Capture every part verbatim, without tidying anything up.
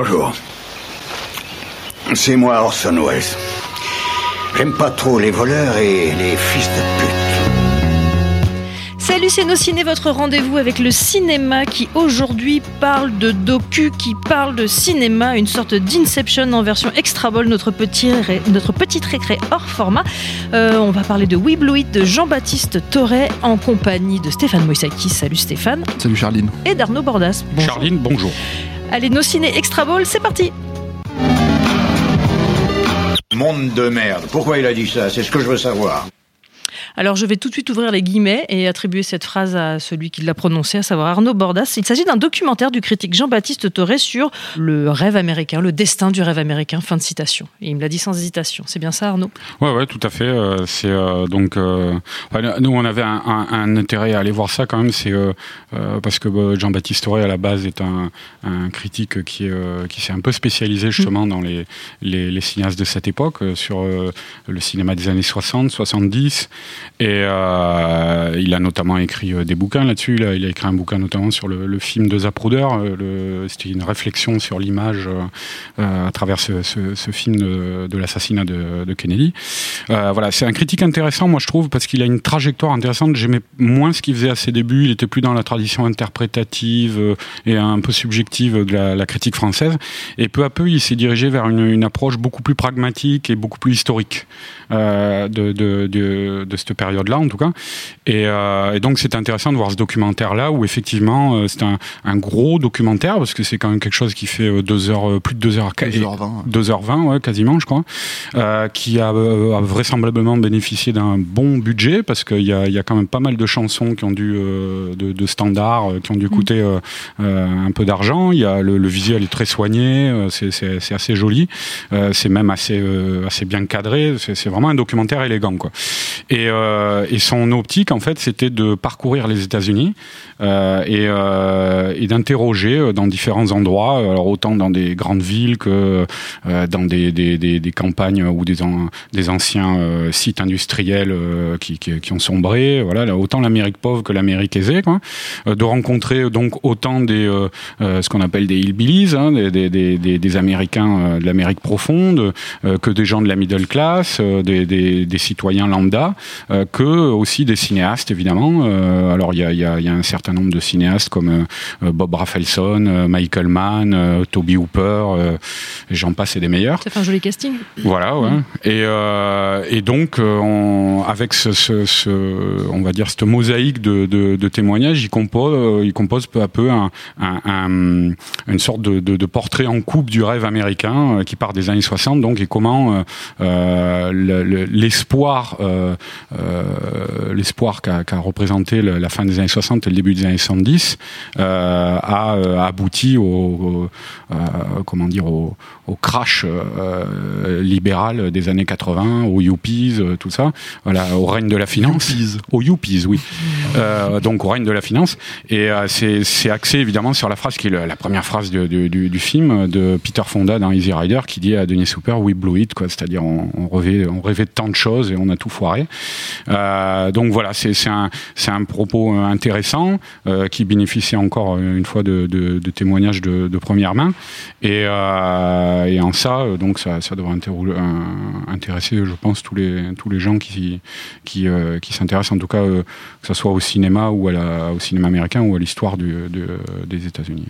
Bonjour. C'est moi Orson Welles. J'aime pas trop les voleurs et les fils de pute. Salut, c'est Nos Ciné, votre rendez-vous avec le cinéma qui aujourd'hui parle de docu, qui parle de cinéma, une sorte d'Inception en version extra ball, notre, petit ré, notre petite récré hors format. Euh, on va parler de We Blew It de Jean-Baptiste Torret en compagnie de Stéphane Moïsakis. Salut Stéphane. Salut Charline. Et d'Arnaud Bordas. Bonjour. Charline, bonjour. Allez, Nos Ciné extra ball, c'est parti. Monde de merde. Pourquoi il a dit ça? C'est ce que je veux savoir. Alors je vais tout de suite ouvrir les guillemets et attribuer cette phrase à celui qui l'a prononcée, à savoir Arnaud Bordas. Il s'agit d'un documentaire du critique Jean-Baptiste Torret sur le rêve américain, le destin du rêve américain, fin de citation. Et il me l'a dit sans hésitation. C'est bien ça, Arnaud? Ouais, ouais, tout à fait. Euh, c'est euh, donc euh, nous on avait un, un, un intérêt à aller voir ça quand même. C'est euh, euh, parce que euh, Jean-Baptiste Torret à la base est un, un critique qui est, euh, qui s'est un peu spécialisé justement mmh. dans les, les les cinéastes de cette époque, euh, sur euh, le cinéma des années soixante, soixante-dix. Et euh, il a notamment écrit euh, des bouquins là-dessus. Il a, il a écrit un bouquin notamment sur le, le film de Zapruder. Euh, c'était une réflexion sur l'image euh, à travers ce, ce, ce film de, de l'assassinat de, de Kennedy. Euh, voilà, c'est un critique intéressant, moi je trouve, parce qu'il a une trajectoire intéressante. J'aimais moins ce qu'il faisait à ses débuts. Il était plus dans la tradition interprétative euh, et un peu subjective de la, la critique française. Et peu à peu, il s'est dirigé vers une, une approche beaucoup plus pragmatique et beaucoup plus historique euh, de, de, de, de cette période-là, en tout cas. Et, euh, et donc, c'est intéressant de voir ce documentaire-là, où effectivement, euh, c'est un, un gros documentaire, parce que c'est quand même quelque chose qui fait euh, deux heures, plus de deux heures, deux heures vingt, ouais. deux heures vingt, ouais, quasiment, je crois, euh, qui a, euh, a vraisemblablement bénéficié d'un bon budget, parce qu'il y a, il y a quand même pas mal de chansons qui ont dû, euh, de, de standards, qui ont dû coûter euh, euh, un peu d'argent. Il y a le, le visuel est très soigné, euh, c'est, c'est, c'est assez joli, euh, c'est même assez, euh, assez bien cadré. C'est, c'est vraiment un documentaire élégant, quoi. Et, euh, et son optique, en fait, c'était de parcourir les États-Unis euh, et, euh, et d'interroger dans différents endroits, alors autant dans des grandes villes que euh, dans des, des, des, des campagnes ou des, an, des anciens euh, sites industriels euh, qui, qui, qui ont sombré. Voilà, là, autant l'Amérique pauvre que l'Amérique aisée, quoi. Euh, de rencontrer donc autant des euh, euh, ce qu'on appelle des hillbillies, hein, des, des, des, des Américains euh, de l'Amérique profonde, euh, que des gens de la middle class, euh, des, des, des citoyens lambda, euh, que aussi des cinéastes évidemment. Euh, alors il y a, y, a, y a un certain nombre de cinéastes comme euh, Bob Rafelson, euh, Michael Mann, euh, Toby Hooper, euh, et j'en passe et des meilleurs. Ça fait un joli casting. Voilà, ouais. Mmh. Et, euh, et donc euh, on, avec ce, ce, ce, on va dire cette mosaïque de, de, de témoignages, il compose, euh, il compose peu à peu un, un, un, une sorte de, de, de portrait en coupe du rêve américain euh, qui part des années soixante, donc et comment euh, euh, le, le, l'espoir euh, Euh, l'espoir qu'a, qu'a représenté le, la fin des années soixante et le début des années soixante-dix euh, a, a abouti au, au euh, comment dire au, au crash euh, libéral des années quatre-vingts, aux yuppies, euh, tout ça, voilà, au règne de la finance, yuppies. aux yuppies, oui, euh, donc au règne de la finance. Et euh, c'est, c'est axé évidemment sur la phrase qui est le, la première phrase du, du, du, du film de Peter Fonda dans Easy Rider, qui dit à Dennis Hopper, "We blew it", quoi, c'est-à-dire on, on rêvait, on rêvait de tant de choses et on a tout foiré. Euh, donc voilà, c'est, c'est, un, c'est un propos intéressant euh, qui bénéficie encore une fois de, de, de témoignages de, de première main. Et, euh, et en ça, donc ça, ça devrait intér- intéresser, je pense, tous les, tous les gens qui, qui, euh, qui s'intéressent, en tout cas, euh, que ce soit au cinéma ou à la, au cinéma américain ou à l'histoire du, de, des États-Unis.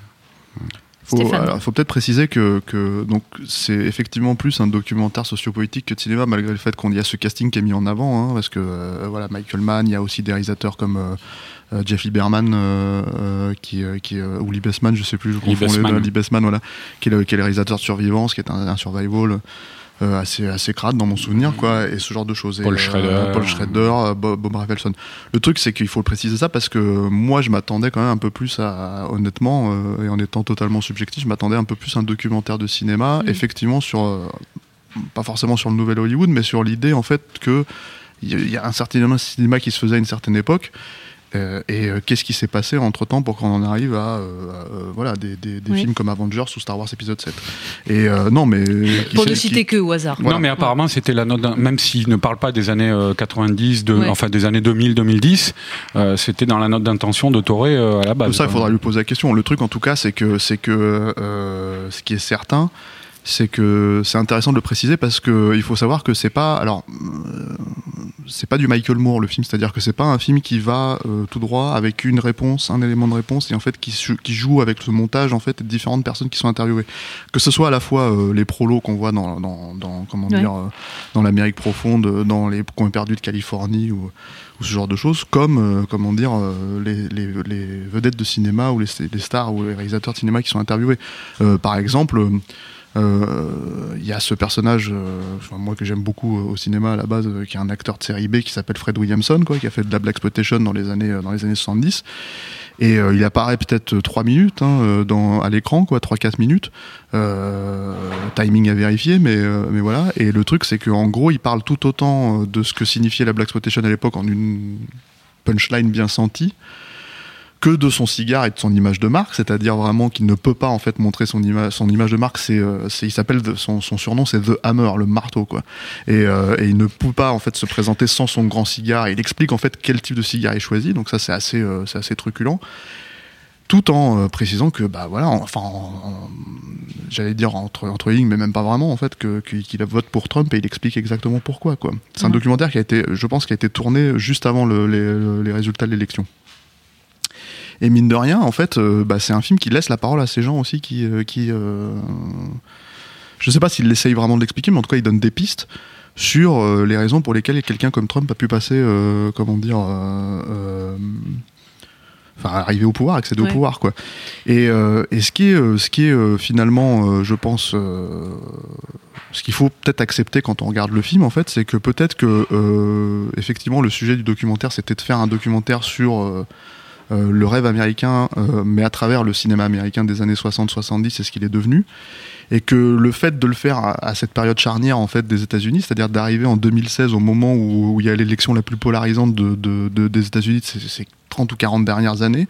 Il faut, alors, faut peut-être préciser que, que donc, c'est effectivement plus un documentaire sociopolitique que de cinéma, malgré le fait qu'on y a ce casting qui est mis en avant, hein, parce que euh, voilà, Michael Mann, il y a aussi des réalisateurs comme euh, euh, Jeff Lieberman, euh, euh, qui, euh, qui, euh, ou Lee Bestman, je sais plus, je confonds les deux, Lee Bestman, voilà, qui est, le, qui est le réalisateur de Survivance, qui est un, un survival. Euh, assez assez crade dans mon souvenir, quoi, et ce genre de choses. Paul et, Schrader, euh, Paul Schrader, euh, Bob, Bob Rafelson. Le truc, c'est qu'il faut le préciser ça parce que moi, je m'attendais quand même un peu plus à, à honnêtement, euh, et en étant totalement subjectif, je m'attendais un peu plus à un documentaire de cinéma, mmh. effectivement sur, euh, pas forcément sur le nouvel Hollywood, mais sur l'idée en fait que il y, y a un certain cinéma qui se faisait à une certaine époque. Euh, et euh, qu'est-ce qui s'est passé entre-temps pour qu'on en arrive à euh, euh, voilà, des, des, des oui. films comme Avengers ou Star Wars épisode sept. Et euh, non, mais... Pour ne citer qui... que au hasard. Voilà. Non, mais apparemment, c'était la note, d'un... même s'il ne parle pas des années euh, quatre-vingt-dix, de... ouais. enfin des années deux mille deux mille dix, euh, c'était dans la note d'intention de Toré euh, à la base. Tout ça, il faudra lui poser la question. Le truc, en tout cas, c'est que, c'est que euh, ce qui est certain, c'est que c'est intéressant de le préciser parce que il faut savoir que c'est pas alors euh, c'est pas du Michael Moore le film, c'est-à-dire que c'est pas un film qui va euh, tout droit avec une réponse, un élément de réponse et en fait qui, qui joue avec le montage en fait de différentes personnes qui sont interviewées, que ce soit à la fois euh, les prolos qu'on voit dans, dans, dans comment ouais. dire euh, dans l'Amérique profonde, dans les coins perdus de Californie ou, ou ce genre de choses, comme euh, comment dire euh, les, les, les vedettes de cinéma ou les, les stars ou les réalisateurs de cinéma qui sont interviewés. Euh, par exemple. Euh, Il euh, y a ce personnage, euh, moi que j'aime beaucoup euh, au cinéma à la base, euh, qui est un acteur de série B qui s'appelle Fred Williamson, quoi, qui a fait de la blaxploitation dans les années euh, dans les années soixante-dix. Et euh, il apparaît peut-être trois minutes hein, dans, à l'écran, quoi, trois quatre minutes. Euh, timing à vérifier, mais, euh, mais voilà. Et le truc, c'est qu'en gros, il parle tout autant de ce que signifiait la blaxploitation à l'époque en une punchline bien sentie, que de son cigare et de son image de marque, c'est-à-dire vraiment qu'il ne peut pas en fait montrer son image, son image de marque. C'est, euh, c'est il s'appelle son, son surnom, c'est The Hammer, le marteau, quoi. Et, euh, et il ne peut pas en fait se présenter sans son grand cigare. Et il explique en fait quel type de cigare il choisit. Donc ça, c'est assez, euh, c'est assez truculent. Tout en euh, précisant que bah voilà, enfin, en, en, j'allais dire entre entre lignes, mais même pas vraiment en fait, que qu'il vote pour Trump et il explique exactement pourquoi, quoi. C'est mmh. un documentaire qui a été, je pense, qui a été tourné juste avant le, les, les résultats de l'élection. Et mine de rien, en fait, euh, bah, c'est un film qui laisse la parole à ces gens aussi qui... Euh, qui euh... Je sais pas s'il essaye vraiment de l'expliquer, mais en tout cas, il donne des pistes sur euh, les raisons pour lesquelles quelqu'un comme Trump a pu passer, euh, comment dire... Euh, euh... Enfin, arriver au pouvoir, accéder ouais. au pouvoir, quoi. Et, euh, et ce qui est, euh, ce qui est euh, finalement, euh, je pense... Euh, ce qu'il faut peut-être accepter quand on regarde le film, en fait, c'est que peut-être que, euh, effectivement, le sujet du documentaire, c'était de faire un documentaire sur... Euh, Euh, le rêve américain, euh, mais à travers le cinéma américain des années soixante soixante-dix, c'est ce qu'il est devenu. Et que le fait de le faire à, à cette période charnière en fait, des États-Unis, c'est-à-dire d'arriver en deux mille seize, au moment où, où il y a l'élection la plus polarisante de, de, de, des États-Unis, c'est, c'est trente ou quarante dernières années,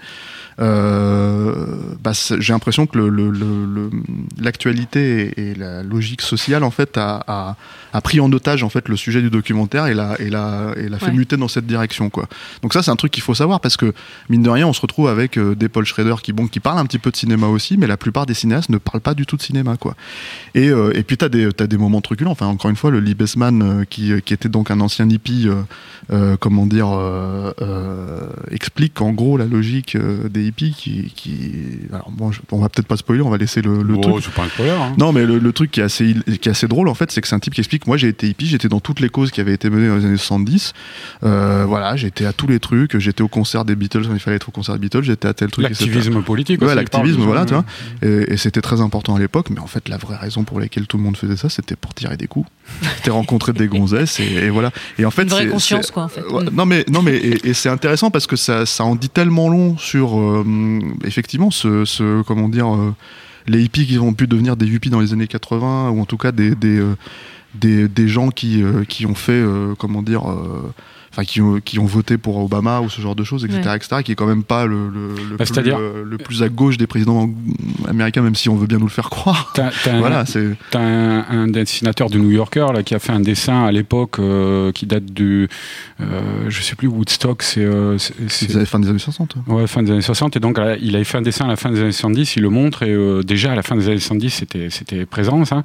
euh, bah, j'ai l'impression que le, le, le, l'actualité et, et la logique sociale en fait, a, a, a pris en otage en fait, le sujet du documentaire et l'a, et l'a, et l'a fait ouais. muter dans cette direction, quoi. Donc ça, c'est un truc qu'il faut savoir parce que, mine de rien, on se retrouve avec euh, des Paul Schrader qui, bon, qui parlent un petit peu de cinéma aussi, mais la plupart des cinéastes ne parlent pas du tout de cinéma, quoi. Et, euh, et puis t'as des, t'as des moments truculents. Enfin, encore une fois, le Lee Bassman, euh, qui, qui était donc un ancien hippie, euh, euh, comment dire, euh, euh, explique en gros la logique euh, des hippies qui, qui... Alors bon, je, on va peut-être pas spoiler, on va laisser le, le oh, truc. C'est pas un spoiler, hein. Non, mais le, le truc qui est assez qui est assez drôle en fait, c'est que c'est un type qui explique. Moi, j'ai été hippie, j'étais dans toutes les causes qui avaient été menées dans les années soixante-dix. Euh, voilà, j'étais à tous les trucs. J'étais au concert des Beatles quand il fallait être au concert des Beatles. J'étais à tel truc. L'activisme politique. Ouais, aussi, l'activisme, voilà, tu vois. Et, et c'était très important à l'époque. Mais en fait, la vraie raison pour laquelle tout le monde faisait ça, c'était pour tirer des coups. C'était rencontrer des gonzesses et, et voilà. Et en fait, une vraie c'est, conscience, c'est, quoi, en fait. Ouais, non mais non mais et, et c'est intéressant parce que ça ça en dit tellement long sur euh, effectivement ce, ce comment dire euh, les hippies qui ont pu devenir des hippies dans les années quatre-vingts ou en tout cas des des euh, des, des gens qui euh, qui ont fait euh, comment dire euh, enfin qui ont, qui ont voté pour Obama ou ce genre de choses, et cetera, ouais. et cetera, qui est quand même pas le, le, le, bah, plus, le, le plus à gauche des présidents américains, même si on veut bien nous le faire croire. T'as, t'as voilà, un, c'est... T'as un, un dessinateur du New Yorker là, qui a fait un dessin à l'époque euh, qui date du, euh, je sais plus, Woodstock, c'est... Euh, c'est, c'est... c'est fin des années soixante. Ouais, fin des années soixante, et donc là, il avait fait un dessin à la fin des années soixante-dix, il le montre, et euh, déjà à la fin des années soixante-dix, c'était, c'était présent, ça.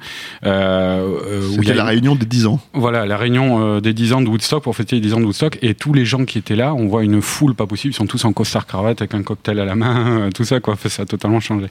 Euh, euh, c'était la a... réunion des dix ans. Voilà, la réunion euh, des dix ans de Woodstock, pour fêter les dix ans de Woodstock, et tous les gens qui étaient là, on voit une foule pas possible, ils sont tous en costard-cravate avec un cocktail à la main, tout ça, quoi, ça a totalement changé.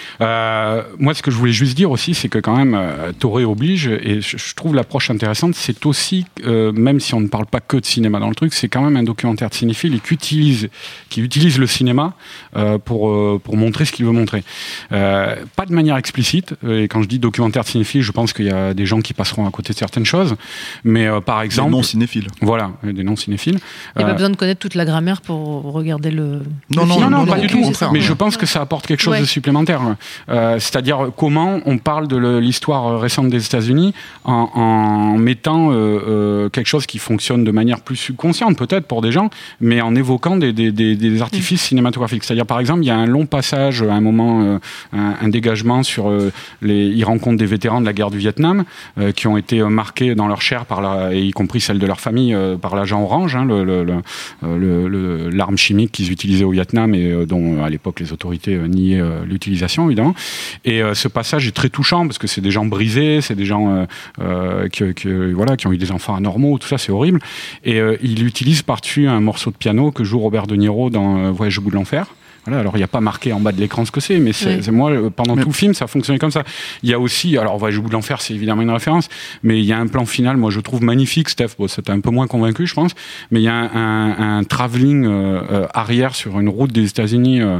Euh, moi, ce que je voulais juste dire aussi, c'est que quand même, euh, Toré oblige, et je, je trouve l'approche intéressante, c'est aussi, euh, même si on ne parle pas que de cinéma dans le truc, c'est quand même un documentaire de cinéphile et qui utilise, qui utilise le cinéma euh, pour, euh, pour montrer ce qu'il veut montrer. Euh, pas de manière explicite, et quand je dis documentaire de cinéphile, je pense qu'il y a des gens qui passeront à côté de certaines choses, mais euh, par exemple... Des non-cinéphiles. Voilà, des non non cinéphiles. Il n'y a euh, pas besoin de connaître toute la grammaire pour regarder le. Non, le non, film. non, non, pas du tout. Mais ouais. je pense que ça apporte quelque chose ouais. de supplémentaire. Euh, c'est-à-dire comment on parle de le, l'histoire récente des États-Unis en, en mettant euh, euh, quelque chose qui fonctionne de manière plus subconsciente, peut-être pour des gens, mais en évoquant des, des, des, des artifices mmh. cinématographiques. C'est-à-dire, par exemple, il y a un long passage, à un moment, euh, un, un dégagement sur euh, les. Ils rencontrent des vétérans de la guerre du Vietnam euh, qui ont été marqués dans leur chair, par la, et y compris celle de leur famille, euh, par l'agent orange, hein, le, le, le, le, le, l'arme chimique qu'ils utilisaient au Vietnam et euh, dont à l'époque les autorités euh, niaient euh, l'utilisation, évidemment. Et euh, ce passage est très touchant parce que c'est des gens brisés, c'est des gens euh, euh, qui, qui, voilà, qui ont eu des enfants anormaux, tout ça, c'est horrible. Et euh, il utilise par-dessus un morceau de piano que joue Robert De Niro dans euh, Voyage au bout de l'enfer. Voilà, alors il n'y a pas marqué en bas de l'écran ce que c'est, mais c'est, oui. c'est moi, pendant mais... tout le film, ça fonctionnait comme ça. Il y a aussi, alors Voyage au bout de l'enfer, c'est évidemment une référence, mais il y a un plan final, moi je trouve magnifique, Steph, bon, ça t'a un peu moins convaincu, je pense, mais il y a un, un, un travelling euh, arrière sur une route des États-Unis euh,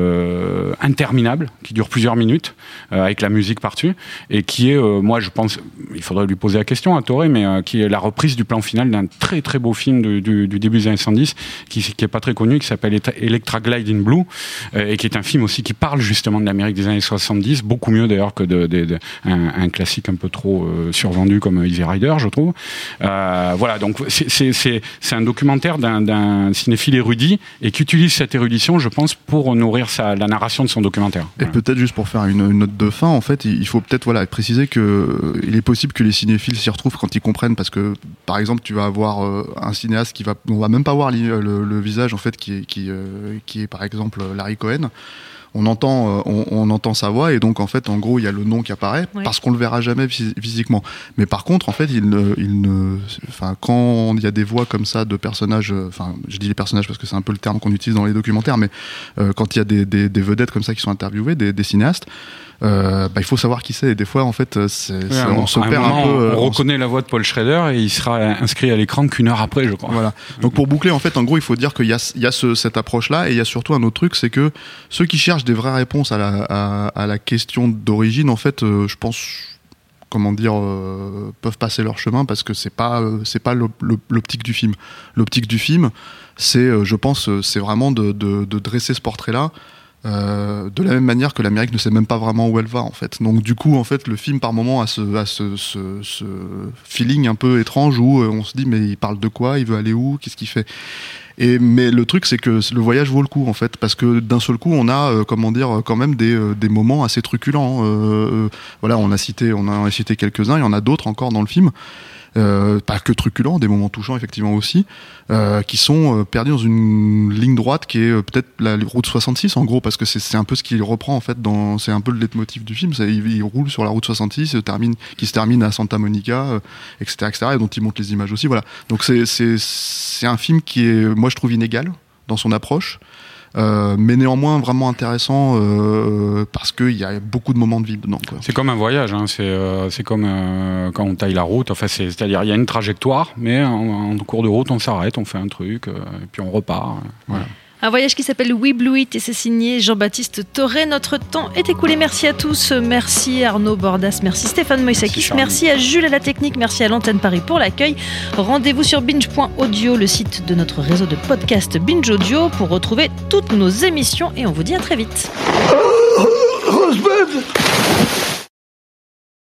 euh, interminable, qui dure plusieurs minutes, euh, avec la musique par-dessus, et qui est, euh, moi je pense, il faudrait lui poser la question à Toré, mais euh, qui est la reprise du plan final d'un très très beau film du, du, du début des années soixante-dix, qui, qui est pas très connu, qui s'appelle Electra Glide in Blue, Euh, et qui est un film aussi qui parle justement de l'Amérique des années soixante-dix, beaucoup mieux d'ailleurs que de, de, de, un, un classique un peu trop euh, survendu comme Easy Rider, je trouve. Euh, voilà, donc c'est, c'est, c'est, c'est un documentaire d'un, d'un cinéphile érudit et qui utilise cette érudition, je pense, pour nourrir sa, la narration de son documentaire. Et voilà. Peut-être juste pour faire une, une note de fin, en fait, il faut peut-être voilà, préciser qu'il euh, est possible que les cinéphiles s'y retrouvent quand ils comprennent, parce que par exemple, tu vas avoir euh, un cinéaste qui va, on va même pas voir le, le, le visage en fait, qui est, qui, euh, qui est par exemple Larry Cohen. On entend, on, on entend sa voix et donc en fait, en gros, il y a le nom qui apparaît ouais. parce qu'on le verra jamais physiquement. Mais par contre, en fait, il ne, il ne, enfin, quand il y a des voix comme ça de personnages, enfin, je dis les personnages parce que c'est un peu le terme qu'on utilise dans les documentaires, mais euh, quand il y a des, des, des vedettes comme ça qui sont interviewées, des, des cinéastes. Euh, bah, il faut savoir qui c'est et des fois en fait c'est, ouais, c'est, on se perd un peu on, on on reconnaît s... la voix de Paul Schrader et il sera inscrit à l'écran qu'une heure après, je crois. Voilà. Donc pour boucler, en fait, en gros, il faut dire qu'il y a, il y a ce, cette approche là et il y a surtout un autre truc, c'est que ceux qui cherchent des vraies réponses à la, à, à la question d'origine, en fait, euh, je pense, comment dire, euh, peuvent passer leur chemin parce que c'est pas euh, c'est pas l'optique du film. L'optique du film, c'est, euh, je pense, c'est vraiment de, de, de dresser ce portrait là. Euh, de la même manière que l'Amérique ne sait même pas vraiment où elle va en fait. Donc du coup en fait le film par moment a ce, a ce, ce, ce feeling un peu étrange où euh, on se dit mais il parle de quoi, il veut aller où, qu'est-ce qu'il fait. Et, mais le truc c'est que le voyage vaut le coup en fait parce que d'un seul coup on a euh, comment dire quand même des, euh, des moments assez truculents. Euh, euh, voilà, on a cité on a cité quelques-uns, il y en a d'autres encore dans le film. Euh, pas que truculents, des moments touchants effectivement aussi, euh, qui sont euh, perdus dans une ligne droite qui est euh, peut-être la route soixante-six en gros, parce que c'est, c'est un peu ce qu'il reprend en fait, dans, c'est un peu le leitmotiv du film, c'est, il, il roule sur la route soixante-six, se termine, qui se termine à Santa Monica, euh, et cetera, et cetera, et dont il montre les images aussi, voilà. Donc c'est, c'est, c'est un film qui est, moi je trouve inégal dans son approche. Euh, mais néanmoins vraiment intéressant euh, parce qu'il y a beaucoup de moments de vie dedans, quoi. C'est comme un voyage, hein. c'est, euh, c'est comme euh, quand on taille la route, enfin, c'est, c'est-à-dire il y a une trajectoire, mais en, en cours de route on s'arrête, on fait un truc, euh, et puis on repart. Euh, voilà. Un voyage qui s'appelle We Blew It et c'est signé Jean-Baptiste Toré. Notre temps est écoulé. Merci à tous. Merci Arnaud Bordas. Merci Stéphane Moïsakis. Merci, merci à Jules à la technique. Merci à l'antenne Paris pour l'accueil. Rendez-vous sur binge point audio, le site de notre réseau de podcast Binge Audio, pour retrouver toutes nos émissions. Et on vous dit à très vite. Oh, Rosebud.